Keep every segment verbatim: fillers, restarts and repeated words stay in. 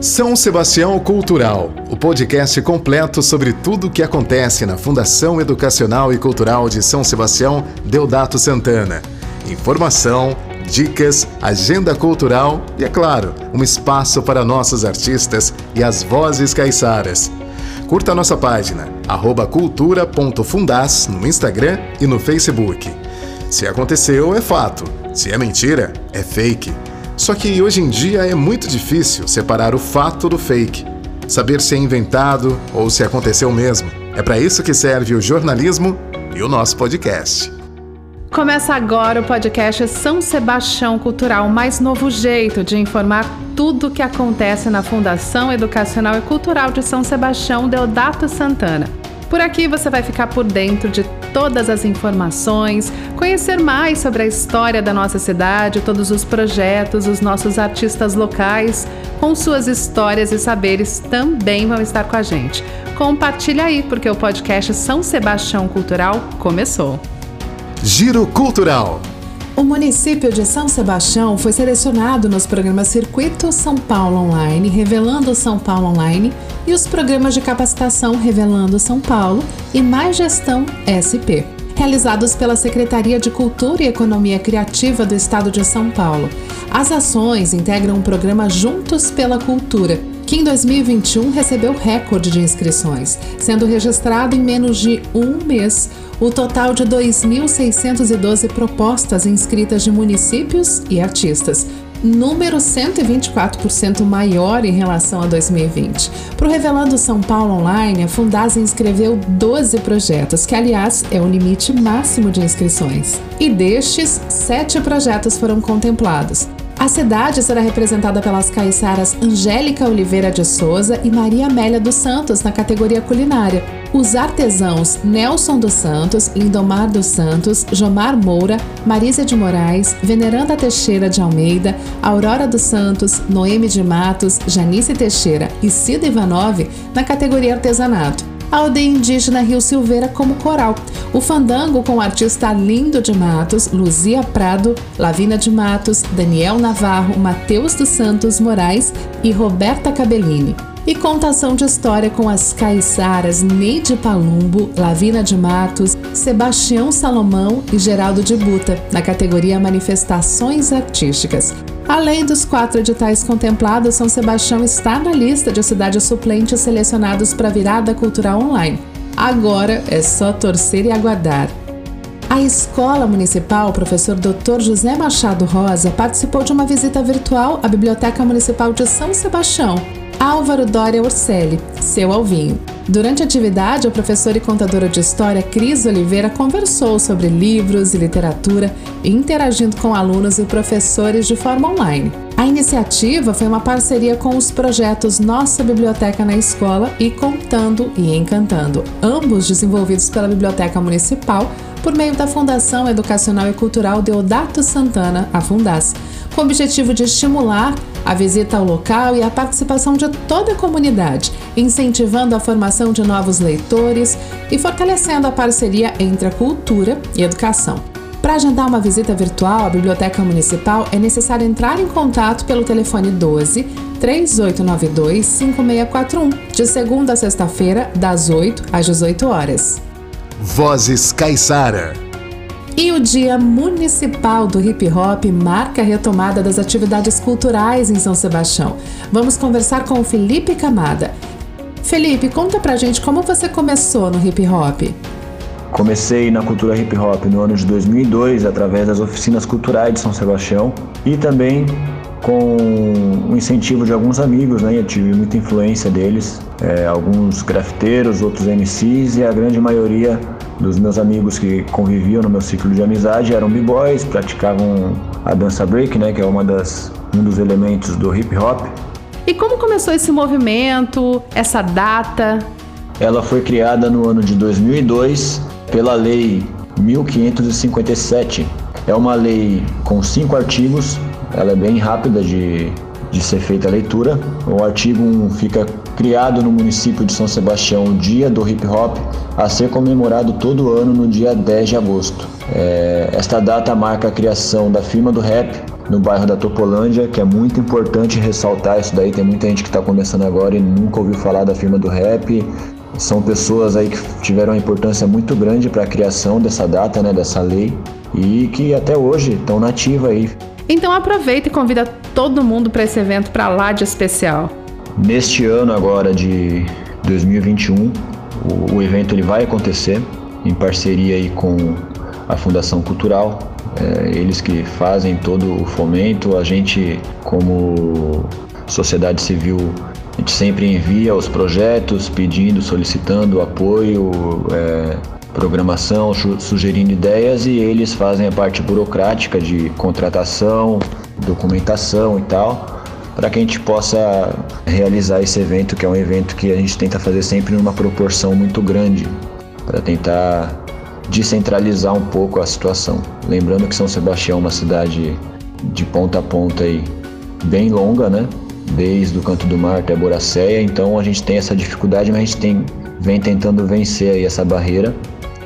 São Sebastião Cultural, o podcast completo sobre tudo o que acontece na Fundação Educacional e Cultural de São Sebastião Deodato Santana. Informação, dicas, agenda cultural e, é claro, um espaço para nossos artistas e as vozes caiçaras. Curta a nossa página, arroba cultura ponto fundas, no Instagram e no Facebook. Se aconteceu, é fato. Se é mentira, é fake. Só que hoje em dia é muito difícil separar o fato do fake, saber se é inventado ou se aconteceu mesmo. É para isso que serve o jornalismo e o nosso podcast. Começa agora o podcast São Sebastião Cultural, o mais novo jeito de informar tudo o que acontece na Fundação Educacional e Cultural de São Sebastião Deodato Santana. Por aqui você vai ficar por dentro de todas as informações, conhecer mais sobre a história da nossa cidade, todos os projetos, os nossos artistas locais, com suas histórias e saberes, também vão estar com a gente. Compartilha aí, porque o podcast São Sebastião Cultural começou. Giro Cultural. O município de São Sebastião foi selecionado nos programas Circuito São Paulo Online, Revelando São Paulo Online e os programas de capacitação Revelando São Paulo e Mais Gestão S P, realizados pela Secretaria de Cultura e Economia Criativa do Estado de São Paulo. As ações integram o programa Juntos pela Cultura, que em dois mil e vinte e um recebeu recorde de inscrições, sendo registrado em menos de um mês o total de dois mil seiscentas e doze propostas inscritas de municípios e artistas, número cento e vinte e quatro por cento maior em relação a dois mil e vinte. Para o Revelando São Paulo Online, a Fundas inscreveu doze projetos, que aliás é o limite máximo de inscrições. E destes, sete projetos foram contemplados. A cidade será representada pelas caiçaras Angélica Oliveira de Souza e Maria Amélia dos Santos na categoria culinária. Os artesãos Nelson dos Santos, Lindomar dos Santos, Jomar Moura, Marísia de Moraes, Veneranda Teixeira de Almeida, Aurora dos Santos, Noemi de Matos, Janice Teixeira e Cida Ivanov na categoria artesanato. A aldeia indígena Rio Silveira como coral. O fandango com o artista Lindo de Matos, Luzia Prado, Lavina de Matos, Daniel Navarro, Matheus dos Santos Moraes e Roberta Cabellini. E contação de história com as caiçaras Neide Palumbo, Lavina de Matos, Sebastião Salomão e Geraldo de Buta, na categoria Manifestações Artísticas. Além dos quatro editais contemplados, São Sebastião está na lista de cidades suplentes selecionados para a virada cultural online. Agora é só torcer e aguardar. A Escola Municipal Professor doutor José Machado Rosa participou de uma visita virtual à Biblioteca Municipal de São Sebastião. Álvaro Dória Orselli, seu Alvinho. Durante a atividade, a professora e contadora de história Cris Oliveira conversou sobre livros e literatura, interagindo com alunos e professores de forma online. A iniciativa foi uma parceria com os projetos Nossa Biblioteca na Escola e Contando e Encantando, ambos desenvolvidos pela Biblioteca Municipal por meio da Fundação Educacional e Cultural Deodato Santana, a Fundas, com o objetivo de estimular a visita ao local e a participação de toda a comunidade, incentivando a formação de novos leitores e fortalecendo a parceria entre a cultura e a educação. Para agendar uma visita virtual à Biblioteca Municipal, é necessário entrar em contato pelo telefone doze, três oito nove dois, cinco seis quatro um, de segunda a sexta-feira, das oito às dezoito horas. Vozes Caiçara. E o Dia Municipal do Hip Hop marca a retomada das atividades culturais em São Sebastião. Vamos conversar com o Felipe Camada. Felipe, conta pra gente como você começou no hip hop. Comecei na cultura hip hop no ano de dois mil e dois, através das oficinas culturais de São Sebastião e também com o incentivo de alguns amigos, né? Eu tive muita influência deles, é, alguns grafiteiros, outros M Cs e a grande maioria dos meus amigos que conviviam no meu ciclo de amizade eram b-boys, praticavam a dança break, né? Que é uma das, um dos elementos do hip hop. E como começou esse movimento, essa data? Ela foi criada no ano de dois mil e dois pela Lei mil quinhentos e cinquenta e sete. É uma lei com cinco artigos. Ela é bem rápida de, de ser feita a leitura. O artigo um fica criado no município de São Sebastião o Dia do Hip Hop, a ser comemorado todo ano no dia dez de agosto. É, esta data marca a criação da firma do rap no bairro da Topolândia, que é muito importante ressaltar isso daí. Tem muita gente que está começando agora e nunca ouviu falar da firma do rap. São pessoas aí que tiveram uma importância muito grande para a criação dessa data, né, dessa lei, e que até hoje estão na ativa aí. Então aproveita e convida todo mundo para esse evento para lá de especial. Neste ano agora de dois mil e vinte e um, o, o evento ele vai acontecer em parceria aí com a Fundação Cultural, é, eles que fazem todo o fomento. A gente, como sociedade civil, a gente sempre envia os projetos pedindo, solicitando apoio, é, programação, sugerindo ideias, e eles fazem a parte burocrática de contratação, documentação e tal, para que a gente possa realizar esse evento, que é um evento que a gente tenta fazer sempre numa proporção muito grande, para tentar descentralizar um pouco a situação. Lembrando que São Sebastião é uma cidade de ponta a ponta aí, bem longa, né? Desde o Canto do Mar até Boracéia, então a gente tem essa dificuldade, mas a gente tem, vem tentando vencer aí essa barreira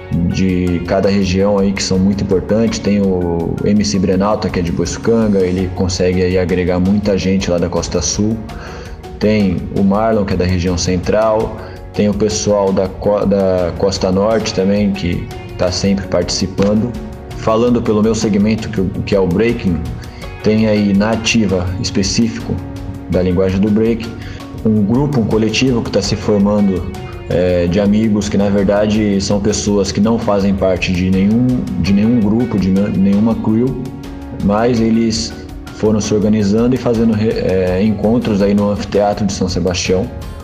de cada região aí que são muito importantes. Tem o M C Brenalta, que é de Boiçucanga, ele consegue aí agregar muita gente lá da Costa Sul. Tem o Marlon, que é da região central. Tem o pessoal da, da Costa Norte também, que está sempre participando. Falando pelo meu segmento, que, que é o Breaking, tem aí na ativa específico da linguagem do break, um grupo, um coletivo que está se formando é, de amigos que na verdade são pessoas que não fazem parte de nenhum, de nenhum grupo, de nenhuma crew, mas eles foram se organizando e fazendo é, encontros aí no Anfiteatro de São Sebastião.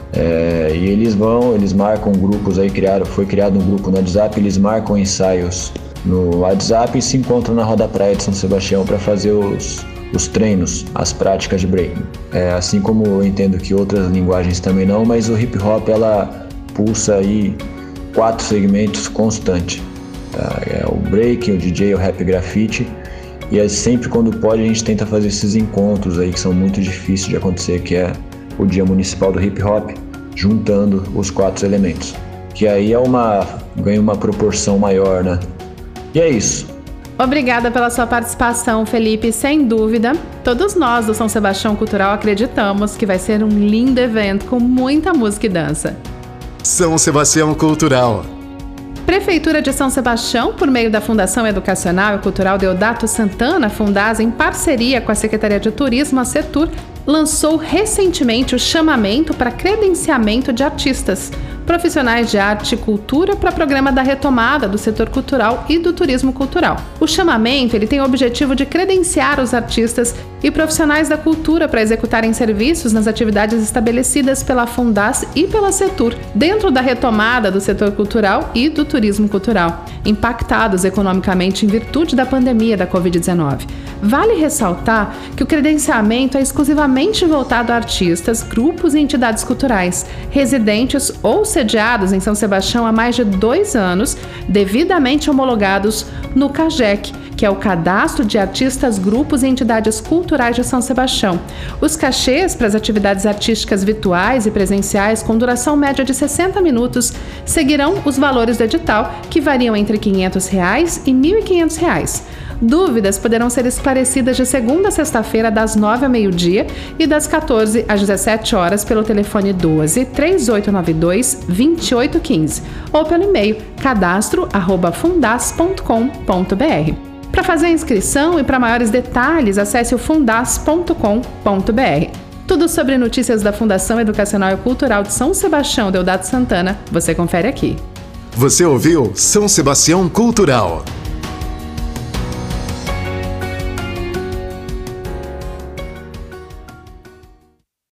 É, e eles vão, eles marcam grupos aí, criaram, foi criado um grupo no WhatsApp, eles marcam ensaios no WhatsApp e se encontram na Roda Praia de São Sebastião para fazer os os treinos, as práticas de breaking. É, assim como eu entendo que outras linguagens também não, mas o hip hop ela pulsa aí quatro segmentos constantes. Tá? É o breaking, o D J, o rap grafite, e é sempre quando pode a gente tenta fazer esses encontros aí que são muito difíceis de acontecer, que é o Dia Municipal do Hip Hop, juntando os quatro elementos, que aí é uma, ganha uma proporção maior, né? E é isso. Obrigada pela sua participação, Felipe. Sem dúvida, todos nós do São Sebastião Cultural acreditamos que vai ser um lindo evento com muita música e dança. São Sebastião Cultural. Prefeitura de São Sebastião, por meio da Fundação Educacional e Cultural Deodato Santana, Fundasa, em parceria com a Secretaria de Turismo, a Setur, lançou recentemente o chamamento para credenciamento de artistas, profissionais de arte e cultura para o programa da retomada do setor cultural e do turismo cultural. O chamamento ele tem o objetivo de credenciar os artistas e profissionais da cultura para executarem serviços nas atividades estabelecidas pela Fundas e pela Setur, dentro da retomada do setor cultural e do turismo cultural, impactados economicamente em virtude da pandemia da covid dezenove. Vale ressaltar que o credenciamento é exclusivamente voltado a artistas, grupos e entidades culturais, residentes ou sediados em São Sebastião há mais de dois anos, devidamente homologados no CAGEC, que é o Cadastro de Artistas, Grupos e Entidades Culturais de São Sebastião. Os cachês para as atividades artísticas virtuais e presenciais, com duração média de sessenta minutos, seguirão os valores do edital, que variam entre quinhentos reais e mil e quinhentos reais. Dúvidas poderão ser esclarecidas de segunda a sexta-feira, das nove ao meio-dia e das quatorze às dezessete horas pelo telefone doze, três oito nove dois, dois oito um cinco ou pelo e-mail cadastro arroba fundas ponto com ponto br. Para fazer a inscrição e para maiores detalhes, acesse o fundas ponto com ponto br. Tudo sobre notícias da Fundação Educacional e Cultural de São Sebastião Deodato Santana, você confere aqui. Você ouviu São Sebastião Cultural.